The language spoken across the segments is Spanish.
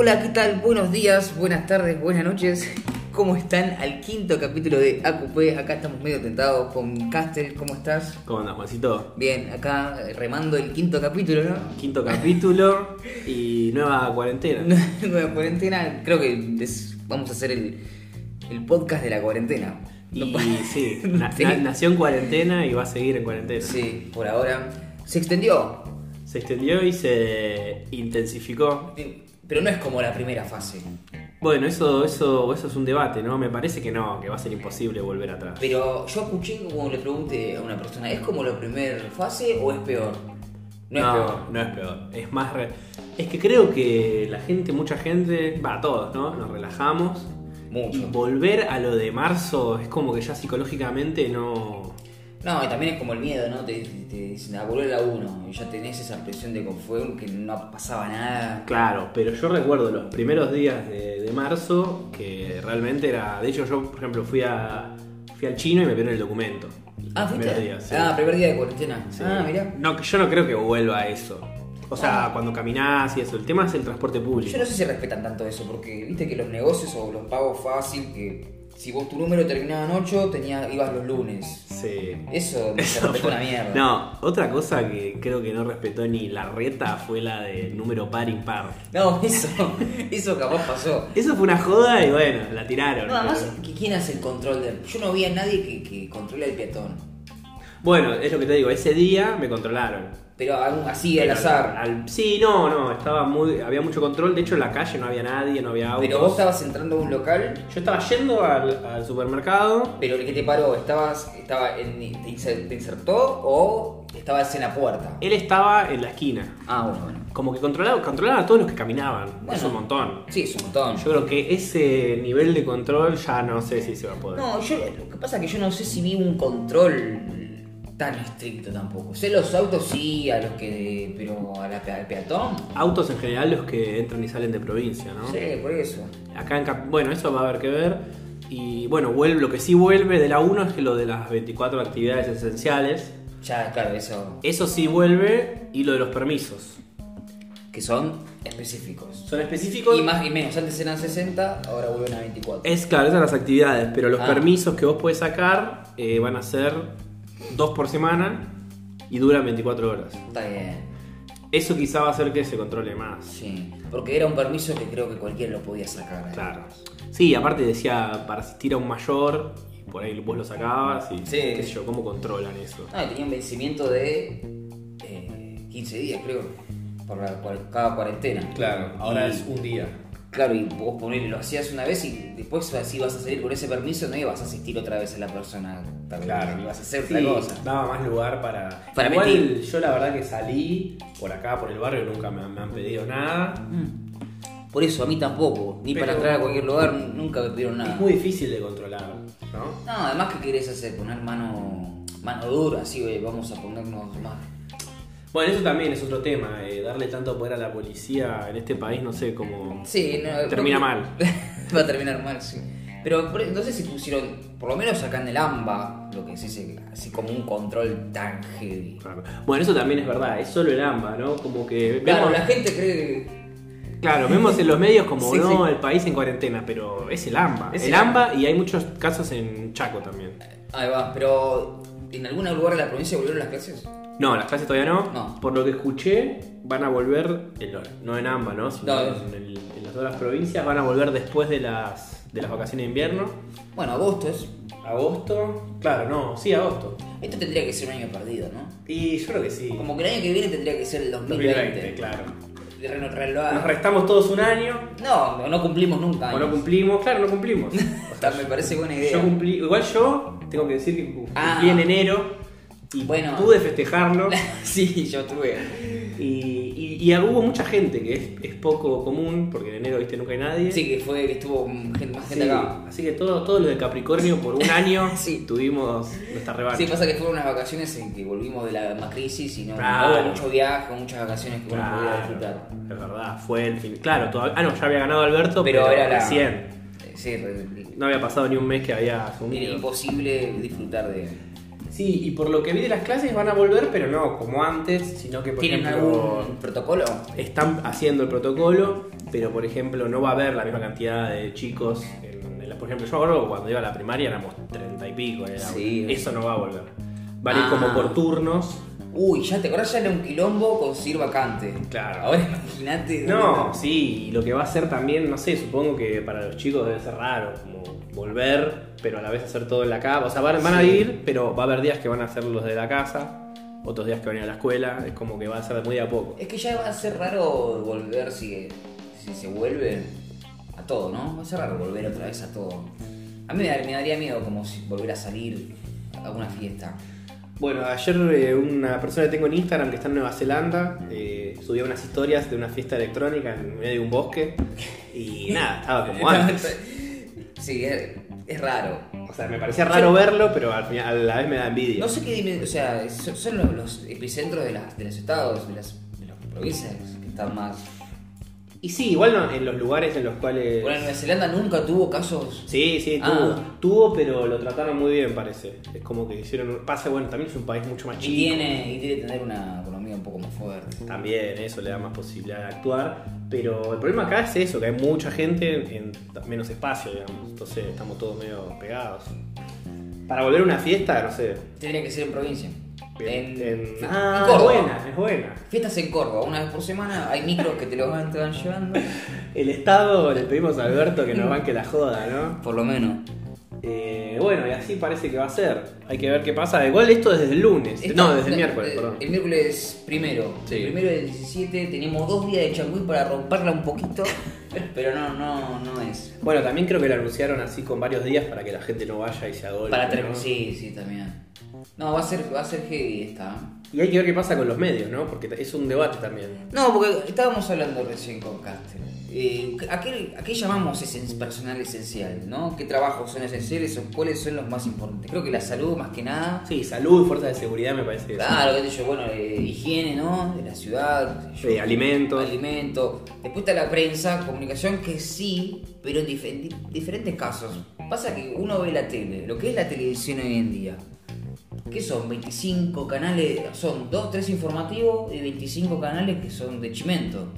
Hola, ¿qué tal? Buenos días, buenas tardes, buenas noches. ¿Cómo están? Al quinto capítulo de AQP. Acá estamos medio tentados con Castel. ¿Cómo estás? ¿Cómo andas, Juancito? Bien, acá remando el quinto capítulo, ¿no? Quinto capítulo y nueva cuarentena. Nueva cuarentena. Creo que vamos a hacer el podcast de la cuarentena. Y Sí. nació en cuarentena y va a seguir en cuarentena. Sí, por ahora. Se extendió. Se extendió y se intensifico. Pero no es como la primera fase. Bueno, eso es un debate, ¿no? Me parece que no, que va a ser imposible volver atrás. Pero yo escuché como le pregunté a una persona, ¿es como la primera fase o es peor? No es peor. No es peor. Es más... Es que creo que mucha gente, todos, ¿no? Nos relajamos. Mucho. Y volver a lo de marzo es como que ya psicológicamente no... No, y también es como el miedo, ¿no? Te dicen, volver a la 1 y ya tenés esa presión de que fue que no pasaba nada. Claro, pero yo recuerdo los primeros días de marzo que realmente era... De hecho yo, por ejemplo, fui al chino y me pidieron el documento. ¿Fuiste? Días, sí. Primer día de cuarentena. Sí. Mirá. No, yo no creo que vuelva a eso. O sea, cuando caminás y eso. El tema es el transporte público. Yo no sé si respetan tanto eso, porque viste que los negocios o los pagos fácil, que si vos tu número terminaba en 8, ibas los lunes. Sí. Eso no se respetó una mierda. No, otra cosa que creo que no respetó ni la reta fue la de número par impar. No, eso capaz pasó. Eso fue una joda y bueno, la tiraron. No, además, ¿quién hace el control yo no vi a nadie que controle al peatón. Bueno, es lo que te digo, ese día me controlaron. Pero así al azar. Sí, había mucho control. De hecho, en la calle no había nadie, no había autos. Pero vos estabas entrando a un local. Yo estaba yendo al supermercado. Pero el que te paró, ¿te insertó o estabas en la puerta? Él estaba en la esquina. Bueno. Como que controlaba a todos los que caminaban. Bueno, es un montón. Sí, es un montón. Yo creo que ese nivel de control ya no sé si se va a poder. No, lo que pasa es que yo no sé si vi un control tan estricto tampoco. Sé los autos sí, pero al peatón. Autos en general los que entran y salen de provincia, ¿no? Sí, por eso. Acá bueno, eso va a haber que ver. Y bueno, lo que sí vuelve de la 1 es que lo de las 24 actividades esenciales. Ya, claro, eso. Eso sí vuelve, y lo de los permisos. Que son específicos. Son específicos. Y más y menos. Antes eran 60, ahora vuelven a 24. Claro, esas son las actividades, pero los permisos que vos podés sacar van a ser 2 por semana y duran 24 horas. Está bien. Eso quizá va a hacer que se controle más. Sí, porque era un permiso que creo que cualquiera lo podía sacar. Claro. Sí, aparte decía para asistir a un mayor, y por ahí vos lo sacabas y qué sé yo, ¿cómo controlan eso? Tenía un vencimiento de 15 días, creo, por cada cuarentena. Claro, ahora es un día. Claro, y vos lo hacías una vez y después si vas a salir con ese permiso no ibas a asistir otra vez a la persona. Claro, ibas a hacer otra cosa. Daba más lugar para igual mentir. Yo la verdad que salí por acá, por el barrio, nunca me han pedido nada. Por eso, a mí tampoco. Ni para entrar a cualquier lugar nunca me pidieron nada. Es muy difícil de controlar, ¿no? No, además, ¿qué querés hacer? Poner mano dura, así, vamos a ponernos más. Bueno, eso también es otro tema, darle tanto poder a la policía en este país, no sé cómo... Sí, termina mal. Va a terminar mal, sí. Pero no sé si pusieron, por lo menos acá en el AMBA, lo que se dice, así como un control tan heavy. Bueno, eso también es verdad, es solo el AMBA, ¿no? Como que... Claro, la gente cree que... Claro, vemos en los medios como, sí, el país en cuarentena, pero es el AMBA. Es el AMBA y hay muchos casos en Chaco también. Ahí va, pero ¿en algún lugar de la provincia volvieron las clases? No, las clases todavía no. No. Por lo que escuché, van a volver, no en AMBA, ¿no? Sino en las otras provincias, van a volver después de las vacaciones de invierno. Bueno, agosto es. ¿Agosto? Claro, no, sí, agosto. Esto tendría que ser un año perdido, ¿no? Y yo creo que sí. Como que el año que viene tendría que ser el 2020. Claro. Nos restamos todos un año. No cumplimos nunca. O no cumplimos, claro, no cumplimos. Me parece buena idea. Yo cumplí, igual yo tengo que decir que cumplí en enero. Y bueno, pude festejarlo. Sí, yo tuve. Y hubo mucha gente, que es poco común, porque en enero, viste, nunca hay nadie. Sí, que estuvo más gente acá. Así que todo lo de Capricornio por un año sí. Tuvimos nuestra revancha. Sí, pasa que fueron unas vacaciones en que volvimos de la crisis y no claro. hubo mucho viaje, muchas vacaciones que uno podía disfrutar. Es verdad, fue el fin. Claro, ya había ganado Alberto, pero era recién. Sí, no había pasado ni un mes que había asumido. Era imposible disfrutar de Sí, y por lo que vi de las clases van a volver, pero no como antes, sino que por ¿Tienen ejemplo, algún protocolo? están haciendo el protocolo, pero por ejemplo no va a haber la misma cantidad de chicos. Por ejemplo, yo ahora cuando iba a la primaria éramos 30 y pico. Sí. Eso no va a volver. Van a ir como por turnos. Uy, ya te acordás, ya era un quilombo conseguir vacante. Claro. Ahora imagínate. No, sí, y lo que va a hacer también, no sé, supongo que para los chicos debe ser raro, como volver, pero a la vez hacer todo en la casa. O sea, van a ir, pero va a haber días que van a hacer los de la casa, otros días que van a ir a la escuela, es como que va a ser muy de a poco. Es que ya va a ser raro volver si se vuelve a todo, ¿no? Va a ser raro volver otra vez a todo. A mí me daría miedo como si volver a salir a una fiesta. Bueno, ayer una persona que tengo en Instagram que está en Nueva Zelanda subió unas historias de una fiesta electrónica en medio de un bosque y nada, estaba como antes. Sí, es raro. O sea, me parecía raro verlo, pero a la vez me da envidia. No sé qué, o sea, son los epicentros de los estados, de las provincias que están más. Y sí, igual no, en los lugares en los cuales... Bueno, en Nueva Zelanda nunca tuvo casos. Sí, tuvo, pero lo trataron muy bien, parece. Es como que hicieron... Pasa, bueno, también es un país mucho más chico. Y tiene que tener una economía un poco más fuerte. También eso le da más posibilidad de actuar. Pero el problema acá es eso, que hay mucha gente en menos espacio, digamos. Entonces estamos todos medio pegados. Para volver a una fiesta, no sé. Tendría que ser en provincia. En Córdoba. Es buena. Fiestas en Córdoba, una vez por semana. Hay micros que te van llevando. El Estado, le pedimos a Alberto que nos banque la joda, ¿no? Por lo menos. Bueno, y así parece que va a ser. Hay que ver qué pasa. Igual esto desde el lunes. Desde el miércoles, perdón. El miércoles primero. Sí. El primero del 17 teníamos 2 días de changüí para romperla un poquito. Pero no es. Bueno, también creo que lo anunciaron así con varios días para que la gente no vaya y se agolpe, ¿no? Sí, también. No, va a ser heavy esta. Y hay que ver qué pasa con los medios, ¿no? Porque es un debate también. No, porque estábamos hablando recién con Castel. ¿A qué llamamos personal esencial? ¿No? ¿Qué trabajos son esenciales o cuáles son los más importantes? Creo que la salud, más que nada. Sí, salud, fuerza de seguridad me parece que claro, qué sé yo, bueno, higiene, ¿no? De la ciudad. Alimentos. Después está la prensa, comunicación, que sí, pero en diferentes casos. Pasa que uno ve la tele, lo que es la televisión hoy en día. ¿Qué son? 25 canales, son 2, 3 informativos y 25 canales que son de chimento.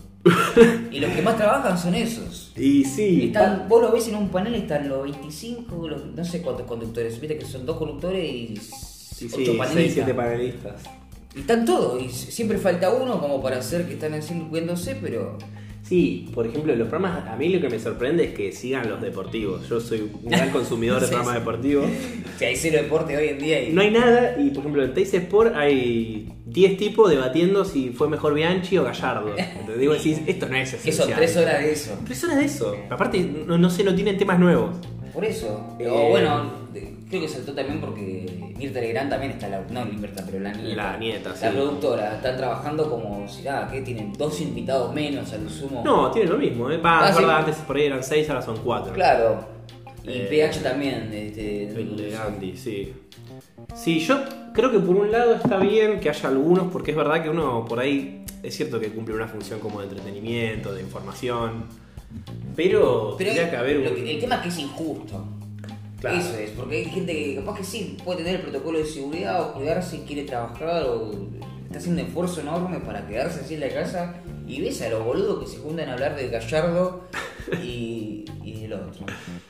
Y los que más trabajan son esos. Y sí. Vos lo ves en un panel, están los 25, no sé cuántos conductores, viste que son 2 conductores y 8 panelistas. 6, 7 panelistas. Y están todos, y siempre falta uno como para hacer que están haciendo, viéndose, pero... Sí, por ejemplo, los programas, a mí lo que me sorprende es que sigan los deportivos. Yo soy un gran consumidor de programas deportivos. Si hay cero deporte hoy en día y... No hay nada, y por ejemplo en Teis Sport hay 10 tipos debatiendo si fue mejor Bianchi o Gallardo. Entonces digo, decís, esto no es esencial. Eso, 3 horas de eso. 3 horas de eso. Aparte, no tienen temas nuevos. Por eso. O bueno, creo que saltó también porque Mirta Legrand también está, no Mirta, pero la nieta. La nieta, sí. La productora. Están trabajando como si nada, que tienen 2 invitados menos al sumo. No, tienen lo mismo, ¿eh? Sí. Antes por ahí eran 6, ahora son 4. Claro. Y PH también. El de Andy, sí. Sí, yo creo que por un lado está bien que haya algunos, porque es verdad que uno por ahí es cierto que cumple una función como de entretenimiento, de información, pero tendría que haber el tema es que es injusto. Claro. Eso es, porque hay gente que capaz que sí puede tener el protocolo de seguridad o cuidarse, quiere trabajar o está haciendo un esfuerzo enorme para quedarse así en la casa y ves a los boludos que se juntan a hablar de Gallardo y del otro.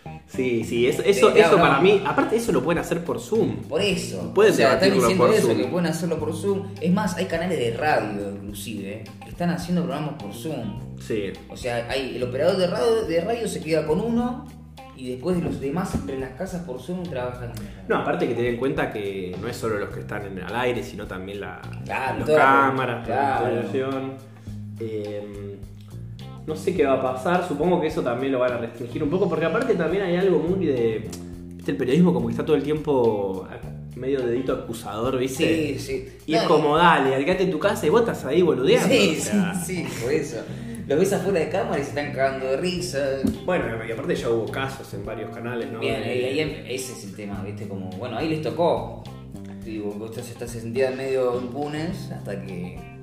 Sí, eso para mí, aparte eso lo pueden hacer por Zoom. Por eso. Pueden están diciendo por eso, Zoom. que pueden hacerlo por Zoom. Es más, hay canales de radio inclusive que están haciendo programas por Zoom. Sí. O sea, el operador de radio se queda con uno y después de los demás entre las casas por Zoom trabajan. No, aparte que tener en cuenta que no es solo los que están al aire, sino también las cámaras, la televisión. No sé qué va a pasar, supongo que eso también lo van a restringir un poco, porque aparte también hay algo muy de... ¿Viste? El periodismo como que está todo el tiempo medio dedito acusador, ¿viste? Sí. Y es como, dale, quédate en tu casa y vos estás ahí boludeando. Sí, por eso. Los ves afuera de cámara y se están cagando de risa. Bueno, y aparte ya hubo casos en varios canales, ¿no? Bien, ese es el tema, ¿viste? Como, bueno, ahí les tocó. Digo, ustedes se sentían medio impunes hasta que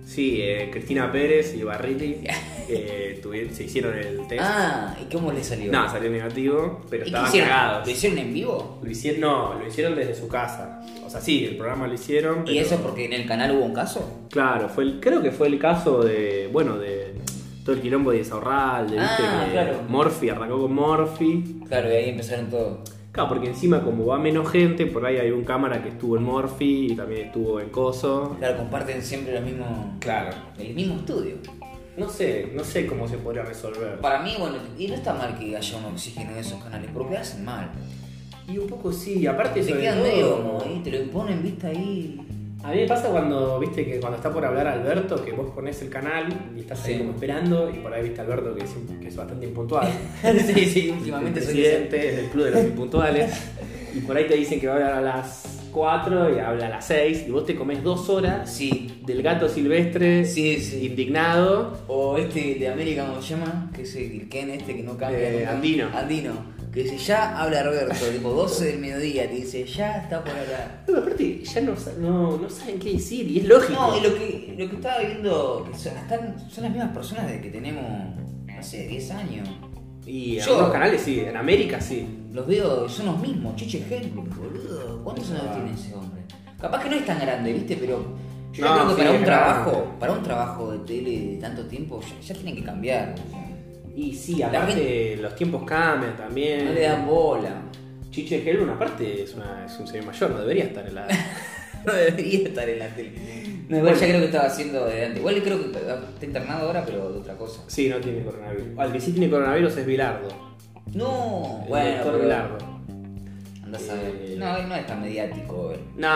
Sí, Cristina Pérez y Barriti se hicieron el test. Ah, ¿y cómo le salió? No, salió negativo, pero ¿Y qué estaban hicieron? cagados. ¿Lo hicieron en vivo? Lo hicieron desde su casa. O sea, sí, el programa lo hicieron. ¿Y pero... eso porque en el canal hubo un caso? Claro, creo que fue el caso de todo el quilombo de Isaurralde, ¿viste? Que claro. Morphy arrancó con Morphy. Claro, y ahí empezaron todo. Claro, porque encima como va menos gente, por ahí hay un cámara que estuvo en Morphy y también estuvo en Coso. Claro, comparten siempre el mismo estudio. No sé cómo se podría resolver. Para mí, bueno, y no está mal que haya un oxígeno en esos canales, porque hacen mal. Y un poco sí, aparte Te sobre quedan todo, medio como ahí, te lo imponen, viste ahí. a mí me pasa cuando, viste, que cuando está por hablar Alberto, que vos ponés el canal y estás ahí Sí. como esperando, y por ahí viste a Alberto que es bastante impuntual. sí, últimamente el soy presidente es del club de los impuntuales. Y por ahí te dicen que va a hablar a las 4 y habla a las 6, y vos te comés 2 horas Sí. del gato silvestre Sí. indignado. O este de América, ¿cómo se llama? Que es el Ken que no cambia. nunca. Andino. Andino. Que dice, ya habla Roberto, tipo 12 del mediodía, te dice, ya está por hablar. Pero aparte ya no saben qué decir, y es lógico. No, y lo que estaba viendo, que son las mismas personas de que tenemos, no sé, 10 años. Y en Yo- algunos canales sí, en América sí. Los veo, son los mismos, Chiche Helbig, boludo. ¿Cuántos años tiene ese hombre? Capaz que no es tan grande, ¿viste? Pero yo No, creo que sí, para es un grande. para un trabajo de tele de tanto tiempo, ya tienen que cambiar. Y sí, La aparte los tiempos cambian también. No le dan bola. Chiche Helbig, aparte, es un señor mayor, no debería estar en la... No debería estar en la tele. No, igual ya creo que estaba haciendo de antes. Igual creo que está internado ahora, pero de otra cosa. Sí, no tiene coronavirus. Al que sí tiene coronavirus es Bilardo. No, El bueno, doctor pero Bilardo. andás a ver. No es tan mediático.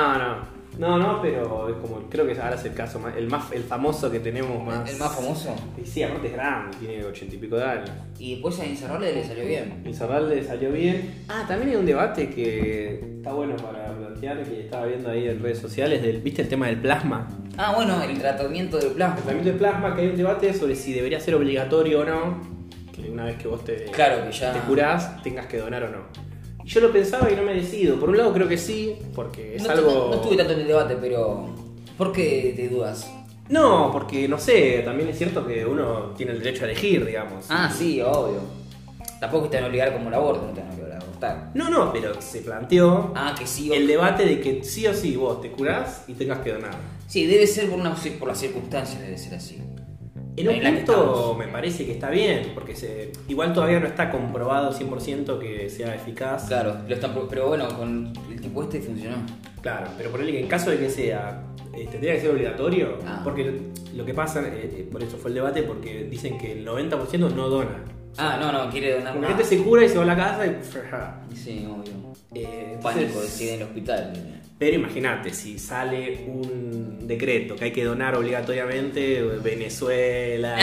No, pero es como, creo que ahora es el caso más, el famoso que tenemos más. El más famoso. Y sí, aparte es grande, tiene 80 y pico de años. Y después a Incerrable le salió bien. Y Zarralde salió bien. Ah, también hay un debate que está bueno para plantear, que estaba viendo ahí en redes sociales, ¿viste el tema del plasma? Ah, bueno, el tratamiento del El plasma. tratamiento del plasma, que hay un debate sobre si debería ser obligatorio o no, que una vez que vos Claro, que ya. te curás, tengas que donar o no. Y yo lo pensaba y no me decido. Por un lado creo que sí, porque es No, algo... no estuve tanto en el debate, pero. ¿Por qué te dudas? No, porque no sé, también es cierto que uno tiene el derecho a elegir, digamos. Ah, sí, obvio. Tampoco te van a obligar como el aborto, no te van a obligar a abortar. No, pero se planteó Ah, que sí, el debate de que sí o sí vos te curás y tengas que donar. Sí, debe ser por las circunstancias, debe ser así. En un En la que punto estamos. me parece que está bien, porque igual todavía no está comprobado 100% que sea eficaz. Claro, pero bueno, con el tipo este funcionó. Claro, pero ponerle que en caso de que sea, tendría que ser obligatorio, Ah. porque lo que pasa, por eso fue el debate, porque dicen que el 90% no dona. Ah, no, quiere donar La más. gente se cura y se va a la casa y... Sí, obvio. entonces- Pánico, decide en el hospital. Pero imagínate, si sale un decreto que hay que donar obligatoriamente, Venezuela,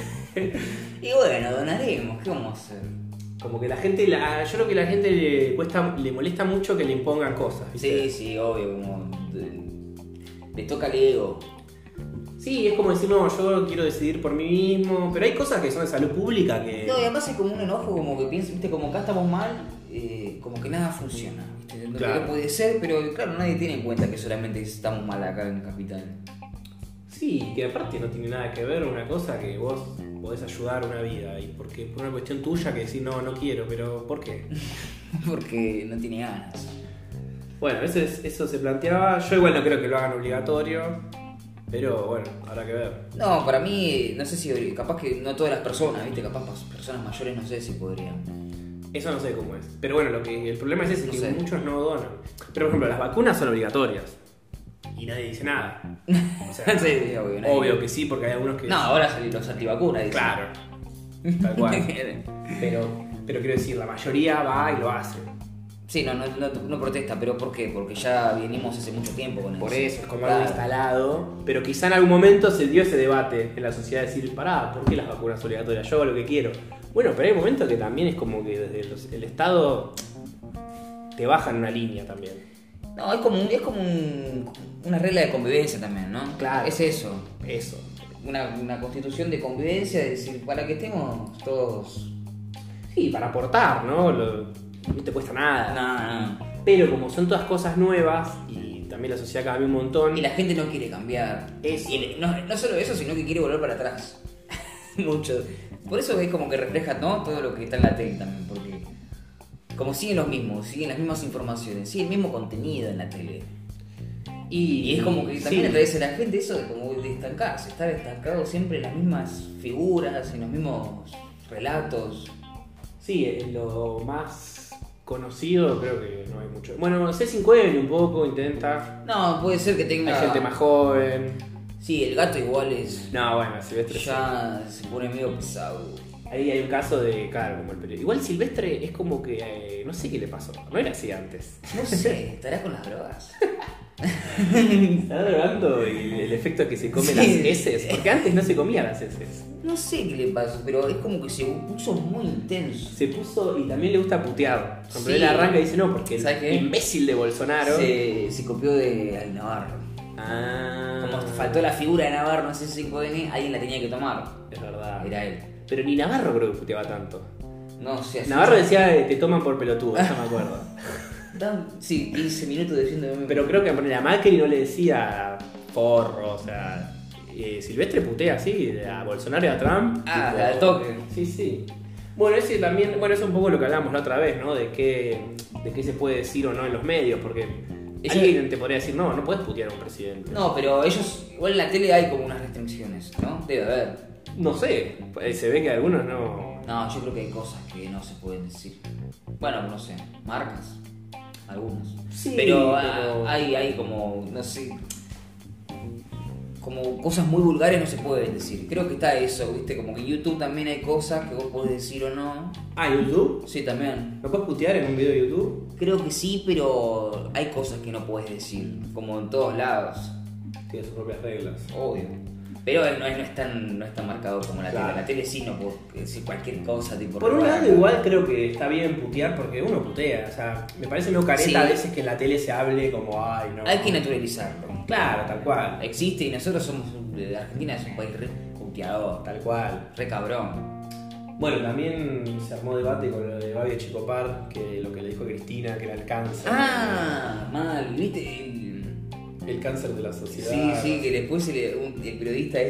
Y bueno, donaremos, ¿qué vamos a hacer? como que la gente, yo creo que a la gente le molesta mucho que le impongan cosas, ¿viste? Sí, obvio, como. Le toca el ego. Sí, es como decir, no, yo quiero decidir por mí mismo, pero hay cosas que son de salud pública que... No, y además es como un enojo, como que piensas, viste, como acá estamos mal, como que nada funciona. ¿Viste? Claro. Que puede ser, pero claro, nadie tiene en cuenta que solamente estamos mal acá en Capital. Sí, que aparte no tiene nada que ver una cosa que vos podés ayudar una vida, y porque por una cuestión tuya que decir, no quiero, pero ¿por qué? Porque no tiene ganas. Bueno, eso se planteaba, yo igual no creo que lo hagan obligatorio, pero bueno, habrá que ver. No, para mí, no sé si, capaz que no todas las personas, viste, capaz personas mayores no sé si podrían. Eso no sé cómo es. Pero bueno, el problema es ese, No que sé. muchos no donan. Pero por ejemplo, las vacunas son obligatorias. Y nadie dice nada. O sea, Sí, obvio, nadie- obvio que sí, porque hay algunos que... No, ahora salieron los antivacunas, dicen. Claro. Tal cual. pero quiero decir, la mayoría va y lo hace. Sí, no protesta, pero ¿por qué? Porque ya venimos hace mucho tiempo con Por eso. eso es como Claro. algo instalado. Pero quizá en algún momento se dio ese debate en la sociedad de decir, pará, ¿por qué las vacunas obligatorias? Yo hago lo que quiero. Bueno, pero hay momentos que también es como que desde el Estado te bajan una línea también. No, es como una regla de convivencia también, ¿no? Claro. Es eso. Eso. Una constitución de convivencia, de decir, para que estemos todos. Sí, para aportar, ¿no? No te cuesta nada. No. Pero como son todas cosas nuevas y también la sociedad cambia un montón. Y la gente no quiere cambiar. Eso. Y no solo eso, sino que quiere volver para atrás. Mucho. Por eso es como que refleja, ¿no?, todo lo que está en la tele también, porque como siguen los mismos, siguen las mismas informaciones, sigue el mismo contenido en la tele. Y es como que también atraviesa a la gente eso de como de estancarse, estar estancado siempre en las mismas figuras, en los mismos relatos. Sí, lo más conocido creo que no hay mucho. Bueno, C5N un poco intenta. No, puede ser que tenga... Hay gente más joven. Sí, el gato igual es... No, bueno, Silvestre ya se pone medio pesado. Ahí hay un caso de, claro, como el periodista. Igual Silvestre es como que, no sé qué le pasó. No era así antes. No sé, ¿estará con las drogas? Está drogando y el efecto es que se come las heces. Porque antes no se comía las heces. No sé qué le pasó, pero es como que se puso muy intenso. Se puso y también le gusta putear. Por ejemplo, Sí. él arranca y dice no, porque ¿Sabes el qué? imbécil de Bolsonaro. Se copió de Al Navarro. Ah, Como faltó la figura de Navarro, no sé si 5N, alguien la tenía que tomar. es verdad. Era él. Pero ni Navarro creo que puteaba tanto. No sé. así- Navarro decía te toman por pelotudo, no me acuerdo. Sí, 15 minutos diciendo. Pero creo que a Macri no le decía porro, o sea. Silvestre putea así, a Bolsonaro y a Trump. Ah, tipo, al toque. Sí, sí. Bueno, ese también, bueno, es un poco lo que hablamos la otra vez, ¿no? De qué se puede decir o no en los medios, porque alguien te podría decir, no puedes putear a un presidente. No, pero ellos, igual en la tele hay como unas restricciones, ¿no? Debe haber. No sé, se ve que algunos no. No, yo creo que hay cosas que no se pueden decir. Bueno, no sé, marcas, algunas. Sí, pero pero- hay como, no sé, como cosas muy vulgares no se pueden decir. Creo que está eso, ¿viste? Como que en YouTube también hay cosas que vos podés decir o no. Ah, YouTube. Sí, también. ¿No puedes putear en un video de YouTube? Creo que sí, pero hay cosas que no puedes decir, como en todos lados. Tiene sus propias reglas. Obvio. Pero no es tan marcado como la Claro. tele. La tele sí no puedo decir cualquier cosa, tipo. Por un robar. lado igual creo que está bien putear porque uno putea, o sea, me parece medio careta Sí. a veces que en la tele se hable como, ay, no. Hay que naturalizarlo. Claro, tal cual, Existe y nosotros somos. Argentina es un país re puteador, tal cual. re cabrón. Bueno, también se armó debate con lo de Babi Chicopar, que lo que le dijo Cristina, que era el cáncer. Ah, mal, ¿viste? El cáncer de la sociedad. Sí, que después el periodista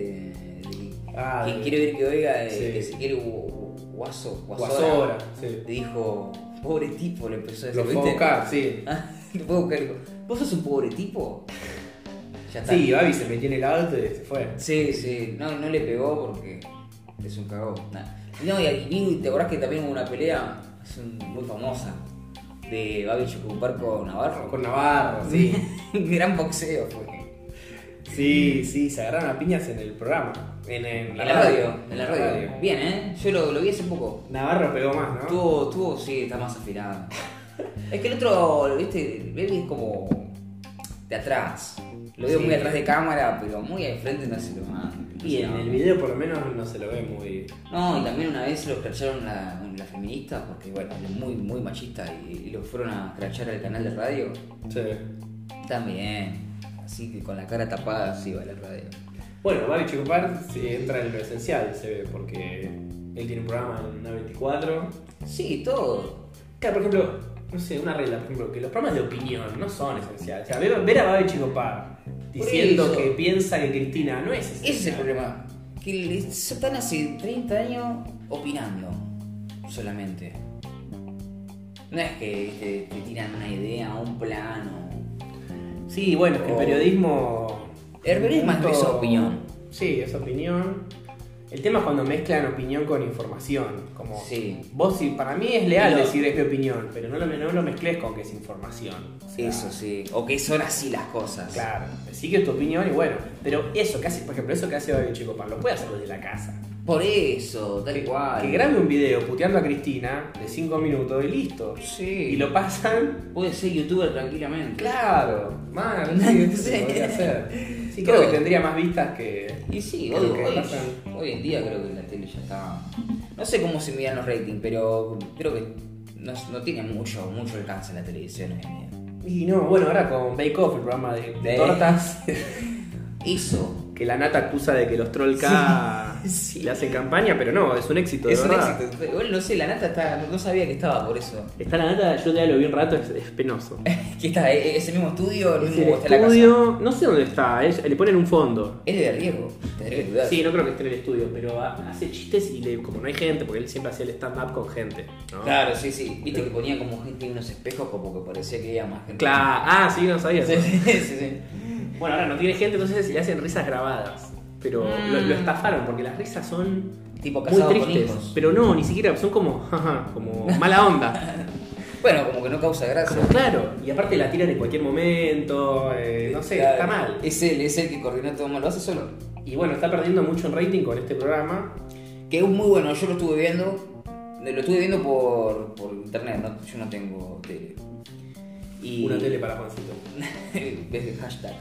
Ah, quien quiere ver que oiga, sí. que se quiere Guasora, Guasora, sí. le dijo, pobre tipo, le empezó a decir, Lo fue a ¿viste? buscar, sí. Ah, lo puedo buscar, digo, ¿vos sos un pobre tipo? Ya está. Sí, Babi se metió en el auto y se fue. Sí, no le pegó porque es un cagón. Nah. No, y te acordás que también hubo una pelea muy famosa de Babi Chicopar con Navarro. Con Navarro, sí. Gran boxeo fue. Sí, se agarraron a piñas en el programa. En La radio. Bien, yo lo vi hace poco. Navarro pegó más, ¿no? Tuvo, sí, está más afilado. Es que el otro, viste, Baby es como de atrás. Lo veo Sí. muy atrás de cámara, pero muy al frente no se lo manda. Y en el video por lo menos no se lo ve muy... No, y también una vez lo escracharon la feminista, porque bueno, es muy machista, y lo fueron a escrachar al canal de radio. Sí. También. Así que con la cara tapada así va la radio. Bueno, Babi Chicopar entra en lo esencial, se ve, porque él tiene un programa en A24. Sí, todo. Claro, por ejemplo, no sé, una regla, por ejemplo, que los programas de opinión no son esenciales. O sea, ver a Babi Chicopar diciendo eso. que piensa que Cristina no es esencial. Ese es el problema. Que están hace 30 años opinando solamente. No es que te tiran una idea, un plano. Sí, bueno, es que el periodismo... El periodismo es más que esa opinión. Sí, es opinión. El tema es cuando mezclan opinión con información. Como Sí. vos, sí, para mí es leal Pero- decir es mi opinión, pero no lo mezcles con que es información. O sea, Eso sí. O que son así las cosas. Claro, sí que es tu opinión y bueno, pero eso que hace, por ejemplo, eso que hace Babi Chicopar, lo puede hacer desde la casa. Por eso, tal cual. Que grabe un video puteando a Cristina de 5 minutos y listo. Sí. Y lo pasan. Puede ser youtuber tranquilamente. Claro, man, sí, eso se podría hacer. Sí, creo que tendría más vistas que. Y sí, que hoy, lo que hoy- pasan. hoy en día creo que la tele ya está. No sé cómo se miran los ratings, pero creo que no tiene mucho alcance la televisión hoy en día. Y no, bueno, ahora con Bake Off, el programa de tortas. Eso, que la nata acusa de que los Troll K Sí. le hacen campaña, pero no, es un éxito, de Es un verdad. éxito. Igual no sé, la nata está. No sabía que estaba por eso. Está la nata, yo ya lo vi un rato, es penoso. ¿Qué está? ¿Ese mismo estudio? ¿El Es mismo el está en la casa? estudio, no sé dónde está, le ponen un fondo. Es de riesgo. Tendría que cuidar. Sí, no creo que esté en el estudio, pero hace chistes y como no hay gente, porque él siempre hacía el stand-up con gente, ¿no? Claro, sí, sí. Viste que ponía como gente en unos espejos como que parecía que había más gente. Claro, sí, no sabía Sí, eso. sí, sí. Bueno, ahora no tiene gente, entonces le hacen risas grabadas. Pero lo estafaron porque las risas son Tipo muy casado con tristes. hijos. Pero no, ni siquiera, son como, como mala onda. Bueno, como que no causa gracia. Como claro, y aparte la tiran en cualquier momento, no sé, Claro, está mal. Es él que coordina todo mal, lo hace solo. Y bueno, está perdiendo mucho en rating con este programa. Que es muy bueno, yo lo estuve viendo. Lo estuve viendo por internet, ¿no? Yo no tengo tele. Y... Una tele para Juancito. Ves el hashtag.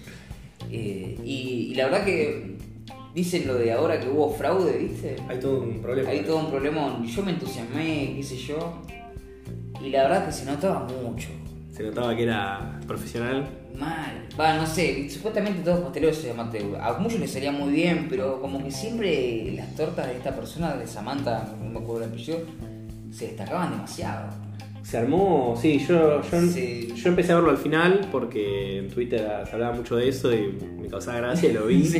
Y la verdad que dicen lo de ahora que hubo fraude, ¿viste? Hay todo un problema. Hay todo un problema. Yo me entusiasmé, qué sé yo. Y la verdad que se notaba mucho. Se notaba que era profesional. Mal. Va, no sé, supuestamente todos pasteleros se amateur. A muchos les salía muy bien, pero como que siempre las tortas de esta persona, de Samantha, no me acuerdo el apellido, se destacaban demasiado. Se armó, sí, yo Sí. empecé a verlo al final porque en Twitter se hablaba mucho de eso y me causaba gracia y lo vi.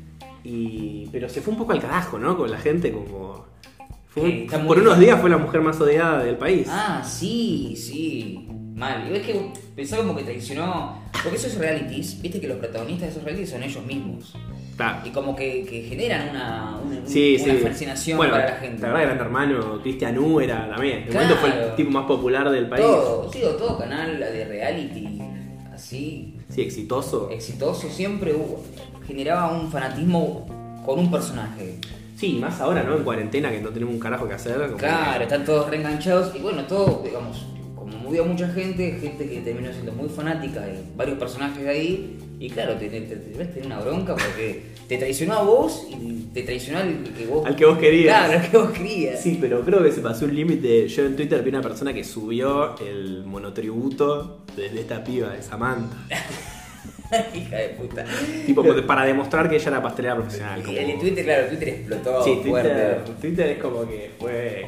Sí. Pero se fue un poco al carajo, ¿no? Con la gente como... Está muy por unos bien. días fue la mujer más odiada del país. Ah, sí, sí. Mal. Y ves que pensaba como que traicionó. Porque esos realities, viste que los protagonistas de esos realities son ellos mismos. Claro. Y como que generan una Sí, una sí. fascinación Bueno, para la gente. La verdad, Gran Hermano, Cristian U era también. En el Claro. momento fue el tipo más popular del país. Todo canal de reality así, Sí, exitoso. exitoso, siempre generaba un fanatismo con un personaje. Sí, más ahora, ¿no? En cuarentena que no tenemos un carajo que hacer. como Claro, están todos reenganchados y bueno, todo, digamos, como movió a mucha gente que terminó siendo muy fanática de varios personajes de ahí. Y claro, te debes tener una bronca porque te traicionó a vos y te traicionó al que vos... Al que vos querías. Claro, al que vos querías. Sí, pero creo que se pasó un límite. Yo en Twitter vi una persona que subió el monotributo de esta piba, de Samantha. Hija de puta. Tipo, para demostrar que ella era pastelera profesional. Como... El Twitter, claro, Twitter explotó Sí, fuerte. Twitter es como que fue...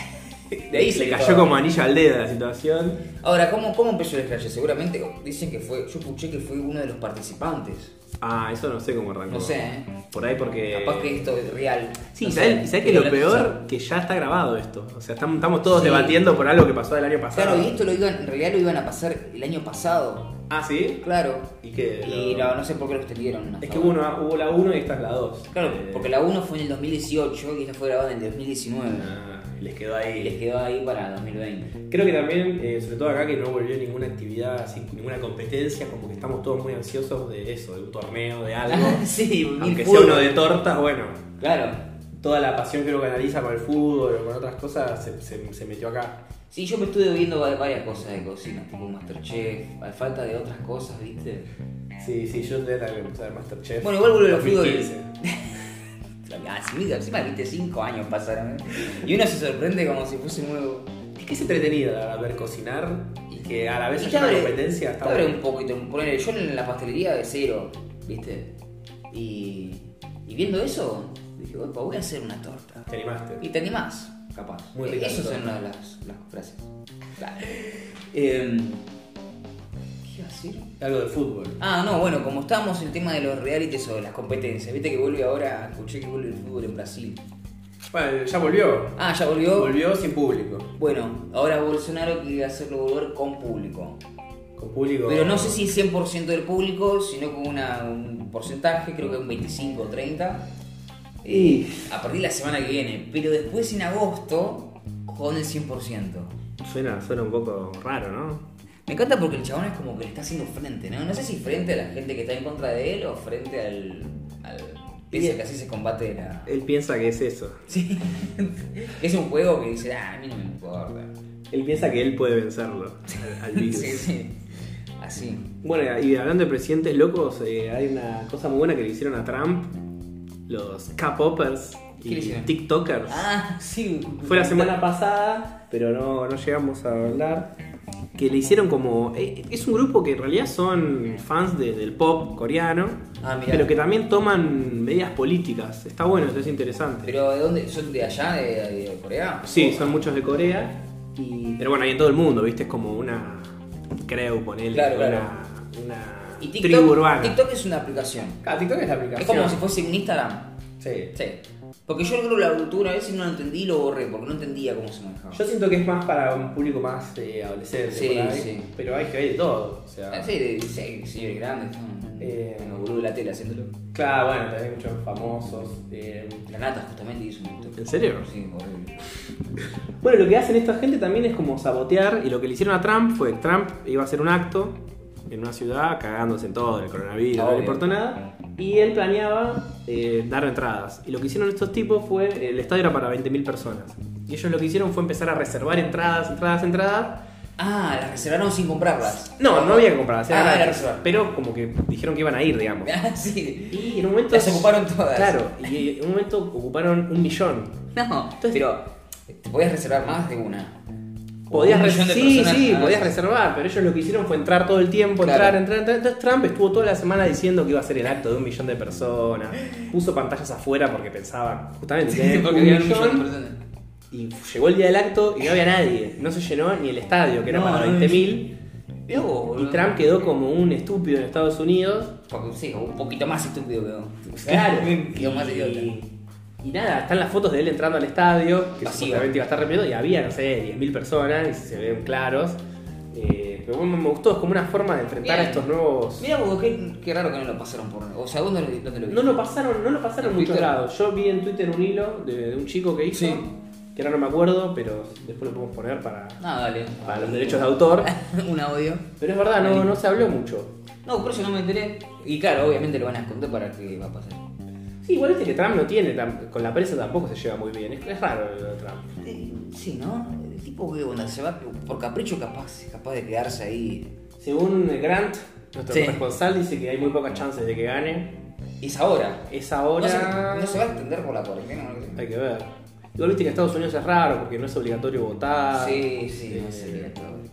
De ahí Le se cayó como anillo al dedo la situación. Ahora, ¿cómo empezó el Scratch? Seguramente dicen que fue, yo escuché que fue uno de los participantes. Ah, eso no sé cómo arrancó. No sé, ¿eh? Por ahí porque... Capaz que esto es real. Sí, no ¿sabes sé, que lo pero peor? Que ya está grabado esto. O sea, estamos todos Sí. debatiendo por algo que pasó el año pasado. Claro, y esto en realidad lo iban a pasar el año pasado. Ah, ¿sí? Claro. ¿Y qué? Y no sé por qué lo extendieron. Es que hubo la 1 y esta es la 2. Claro, porque la 1 fue en el 2018 y esta fue grabada en el 2019. Les quedó Y les ahí. quedó ahí para 2020. Creo que también, sobre todo acá, que no volvió ninguna actividad, así, ninguna competencia, como que estamos todos muy ansiosos de eso, de un torneo, de algo. Sí, Aunque mil sea uno fútbol. de tortas, bueno. Claro. Toda la pasión que uno canaliza con el fútbol o con otras cosas se metió acá. Sí, yo me estuve viendo varias cosas de cocina, tipo Masterchef, a falta de otras cosas, ¿viste? Sí, yo también empecé a ver Masterchef. Bueno, igual vuelve al fútbol. 2015. Ah, sí, encima viste 5 años pasaron, ¿eh? Y uno se sorprende como si fuese nuevo. Es que es entretenido la verdad, ver cocinar y que a la vez Y haya te una abre- competencia. Está te abre bueno. un poquito. Ponele, yo en la pastelería de cero, ¿viste? Y viendo eso, dije, opa, voy a hacer una torta. Te animaste. Y te animás, capaz. Muy rica Esas la son torta. las frases. Claro. ¿Qué iba a decir? Algo de fútbol. Ah, no, bueno, como estábamos en el tema de los realities o de las competencias, viste que vuelve ahora, escuché que vuelve el fútbol en Brasil. Bueno, ya volvió. Ah, ya volvió. Volvió sin público. Bueno, ahora Bolsonaro quiere hacerlo volver con público. Con público. Pero no sé si 100% del público, sino con un porcentaje, creo que un 25 o 30. A partir de la semana que viene. Pero después en agosto, con el 100%. Suena un poco raro, ¿no? Me encanta porque el chabón es como que le está haciendo frente, ¿no? No sé si frente a la gente que está en contra de él o frente al piensa que así se combate la... Él piensa que es eso. Sí. Es un juego que dice, a mí no me importa. Él piensa que él puede vencerlo al virus. Sí, sí. Así. Bueno, y hablando de presidentes locos, hay una cosa muy buena que le hicieron a Trump. Los K-Poppers ¿Qué le y hicieron? TikTokers. Ah, sí. Fue la semana pasada, pero no llegamos a hablar. que le hicieron como... es un grupo que en realidad son fans del pop coreano, Ah, mirá. pero que también toman medidas políticas. Está bueno, es interesante. ¿Pero de dónde? ¿Son de allá, de Corea? Sí, son muchos de Corea, pero bueno, hay en todo el mundo, ¿viste? Es como una... Creo, ponele, Claro, claro. una Y tribu TikTok, urbana. TikTok es una aplicación. Ah, TikTok es la Es aplicación. como si fuese un Instagram. Sí. Sí. Porque yo creo que la tuve una vez y no lo entendí y lo borré, porque no entendía cómo se manejaba. Yo siento que es más para un público más adolescente, Sí, por ahí, sí. pero hay que ver de todo. O sea, Sí, de señores grandes, los boludos de la tele haciéndolo. claro, bueno, también hay muchos famosos. La Nata justamente hizo un TikTok. ¿En serio? Sí, horrible. Bueno, lo que hacen esta gente también es como sabotear, y lo que le hicieron a Trump fue que Trump iba a hacer un acto en una ciudad cagándose en todo, el coronavirus, no le Obvio. importó nada, y él planeaba dar entradas. Y lo que hicieron estos tipos fue, el estadio era para 20.000 personas, y ellos lo que hicieron fue empezar a reservar entradas. Ah, las reservaron sin comprarlas. No había que comprarlas, era era gratis, reservar. pero como que dijeron que iban a ir, digamos. Ah, sí. Y en un momento... Las ocuparon todas. Claro, y en un momento ocuparon 1 millón. No, pero te podías reservar más de una. Podías Un millón de personas. podías reservar, pero ellos lo que hicieron fue entrar todo el tiempo, Claro. entrar. Entonces Trump estuvo toda la semana diciendo que iba a ser el acto de 1 millón de personas. Puso pantallas afuera porque pensaba justamente Sí, tener porque 1 había un millón de millón. personas. Y llegó el día del acto y no había nadie. No se llenó ni el estadio, que era No, para no, 20.000. Mirá vos, Y boludo. Trump quedó como un estúpido en Estados Unidos. Porque sí, un poquito más estúpido quedó. Claro. Quedó más idiota. Y nada, están las fotos de él entrando al estadio, que Vacío. supuestamente iba a estar repleto, y había, no sé, 10.000 personas, y se ven claros. Pero bueno, me gustó, es como una forma de enfrentar Bien. a estos nuevos... Mira vos, qué raro que no lo pasaron por. O sea, ¿dónde lo viste? No lo pasaron en ¿En muchos Twitter? lados. Yo vi en Twitter un hilo de un chico que hizo, Sí. que ahora no me acuerdo, pero después lo podemos poner para Dale. los derechos de autor. Un audio. Pero es verdad, no se habló mucho. No, por eso no me enteré. Y claro, obviamente lo van a esconder para que va a pasar. Sí, igual este que Trump no tiene, con la prensa tampoco se lleva muy bien. Es raro lo de Trump. Sí, ¿no? El tipo que onda, se va por capricho capaz de quedarse ahí. Según Grant, nuestro Sí. corresponsal, dice que hay muy pocas chances de que gane. Es ahora. Es ahora... No se va a extender por la cuarentena o algo así. Hay que ver. Igual viste que en Estados Unidos es raro porque no es obligatorio votar. Sí, no sé.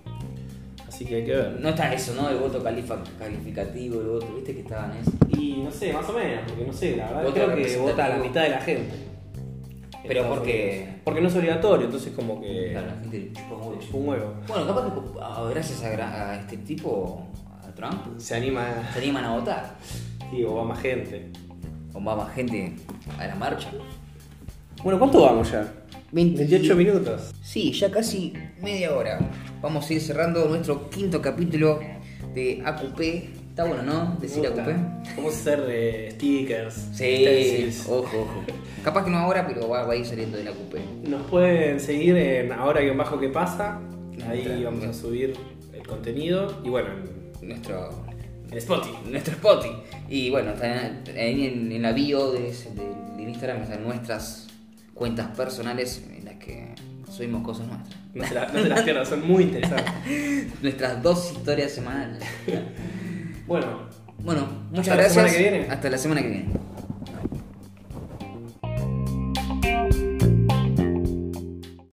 Así que hay que ver. No está eso, ¿no? El voto calificativo, el voto, ¿viste que estaba en eso? Y no sé, más o menos, porque no sé, la verdad Voto creo que representativo. vota a la mitad de la gente. Pero Estados porque- Unidos. Porque no es obligatorio, entonces como que... Claro, la gente le chupa un huevo. Un huevo. Bueno, capaz que gracias a este tipo, a Trump, Se anima... se animan a votar. Sí, o va más gente. O va más gente a la marcha. Bueno, ¿cuánto vamos ya? 20. 28 minutos. Sí, ya casi media hora. Vamos a ir cerrando nuestro 5º capítulo de AQP. Está bueno, ¿no? Decir AQP. Vamos a hacer stickers. Sí, stencils. ojo. Capaz que no ahora, pero va a ir saliendo del AQP. Nos pueden seguir en ahora-qué pasa. Ahí Nuestra- vamos a subir el contenido. Y bueno, Nuestro en Spotify. Spotify. Y bueno, ahí en la bio del Instagram están nuestras cuentas personales en las que subimos cosas nuestras. No se las pierdan, son muy interesantes. Nuestras 2 historias semanales. Bueno, Bueno, muchas Hasta la gracias. semana que viene. Hasta la semana que viene.